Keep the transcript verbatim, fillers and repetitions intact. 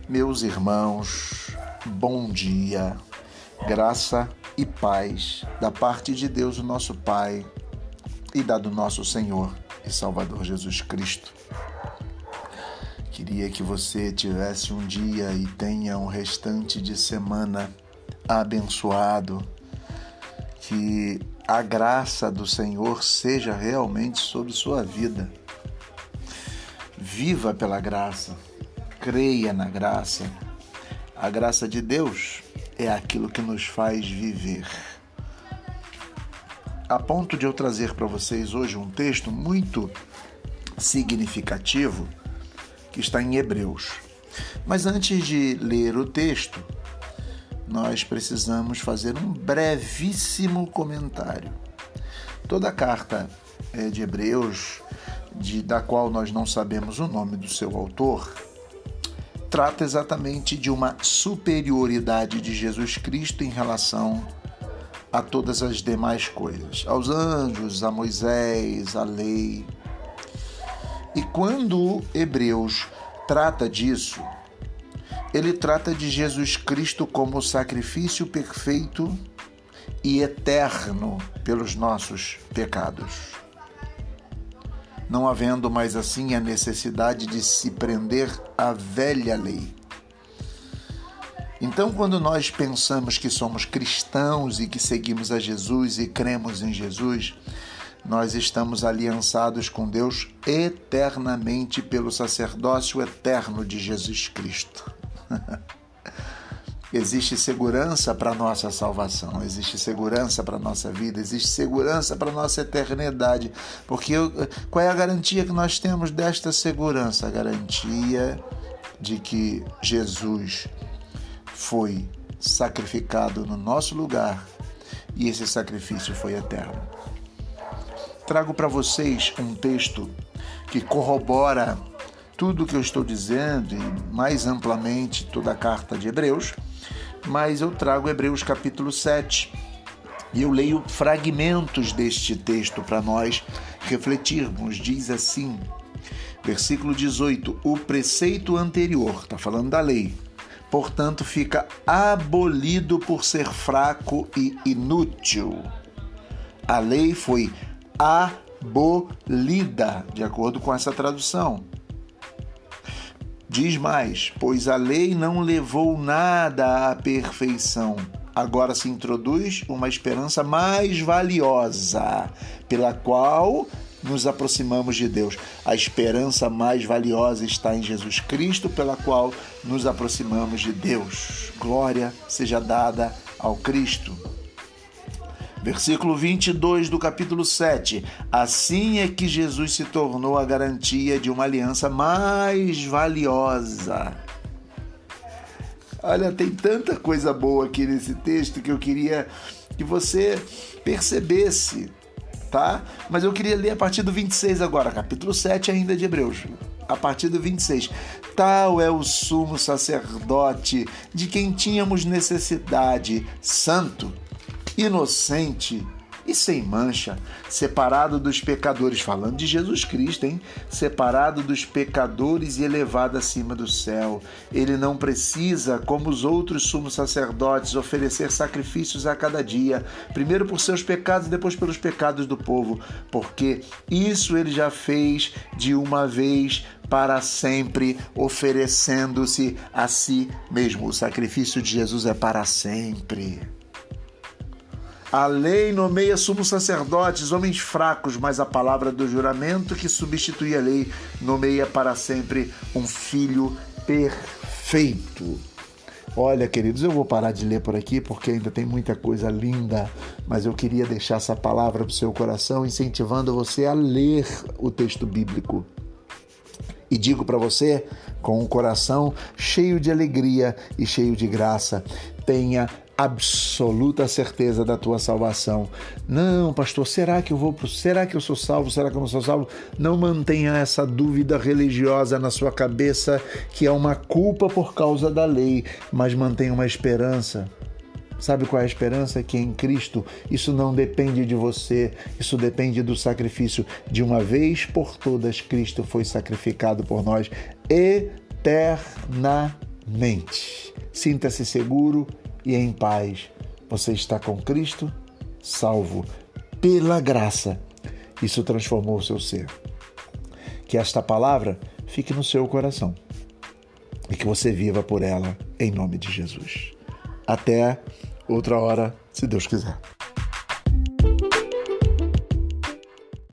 Meus irmãos, bom dia, graça e paz da parte de Deus, o nosso Pai, e da do nosso Senhor e Salvador Jesus Cristo. Queria que você tivesse um dia e tenha um restante de semana abençoado, que a graça do Senhor seja realmente sobre sua vida. Viva pela graça. Creia na graça. A graça de Deus é aquilo que nos faz viver. A ponto de eu trazer para vocês hoje um texto muito significativo que está em Hebreus. Mas antes de ler o texto, nós precisamos fazer um brevíssimo comentário. Toda a carta de Hebreus, de, da qual nós não sabemos o nome do seu autor, trata exatamente de uma superioridade de Jesus Cristo em relação a todas as demais coisas, aos anjos, a Moisés, a lei. E quando Hebreus trata disso, ele trata de Jesus Cristo como sacrifício perfeito e eterno pelos nossos pecados, não havendo mais assim a necessidade de se prender à velha lei. Então, quando nós pensamos que somos cristãos e que seguimos a Jesus e cremos em Jesus, nós estamos aliançados com Deus eternamente pelo sacerdócio eterno de Jesus Cristo. Existe segurança para a nossa salvação, existe segurança para a nossa vida, existe segurança para a nossa eternidade. Porque qual é a garantia que nós temos desta segurança? A garantia de que Jesus foi sacrificado no nosso lugar e esse sacrifício foi eterno. Trago para vocês um texto que corrobora tudo o que eu estou dizendo e mais amplamente toda a carta de Hebreus, mas eu trago Hebreus capítulo sete e eu leio fragmentos deste texto para nós refletirmos. Diz assim, versículo dezoito: o preceito anterior, está falando da lei, portanto fica abolido por ser fraco e inútil. A lei foi abolida, de acordo com essa tradução. Diz mais, pois a lei não levou nada à perfeição. Agora se introduz uma esperança mais valiosa, pela qual nos aproximamos de Deus. A esperança mais valiosa está em Jesus Cristo, pela qual nos aproximamos de Deus. Glória seja dada ao Cristo. Versículo vinte e dois do capítulo sete. Assim é que Jesus se tornou a garantia de uma aliança mais valiosa. Olha, tem tanta coisa boa aqui nesse texto que eu queria que você percebesse, tá? Mas eu queria ler a partir do vinte e seis agora, capítulo sete ainda de Hebreus. A partir do vinte e seis. Tal é o sumo sacerdote de quem tínhamos necessidade, santo, inocente e sem mancha, separado dos pecadores, falando de Jesus Cristo, hein? Separado dos pecadores e elevado acima do céu. Ele não precisa, como os outros sumos sacerdotes, oferecer sacrifícios a cada dia, primeiro por seus pecados e depois pelos pecados do povo, porque isso ele já fez de uma vez para sempre, oferecendo-se a si mesmo. O sacrifício de Jesus é para sempre. A lei nomeia sumos sacerdotes, homens fracos, mas a palavra do juramento que substitui a lei nomeia para sempre um filho perfeito. Olha, queridos, eu vou parar de ler por aqui porque ainda tem muita coisa linda, mas eu queria deixar essa palavra para o seu coração, incentivando você a ler o texto bíblico. E digo para você, com o coração cheio de alegria e cheio de graça, tenha absoluta certeza da tua salvação. Não, pastor, será que eu vou pro... será que eu sou salvo? Será que eu não sou salvo? Não mantenha essa dúvida religiosa na sua cabeça, que é uma culpa por causa da lei, mas mantenha uma esperança. Sabe qual é a esperança? Que em Cristo isso não depende de você, isso depende do sacrifício. De uma vez por todas, Cristo foi sacrificado por nós eternamente. mente. Sinta-se seguro e em paz. Você está com Cristo, salvo pela graça. Isso transformou o seu ser. Que esta palavra fique no seu coração e que você viva por ela em nome de Jesus. Até outra hora, se Deus quiser.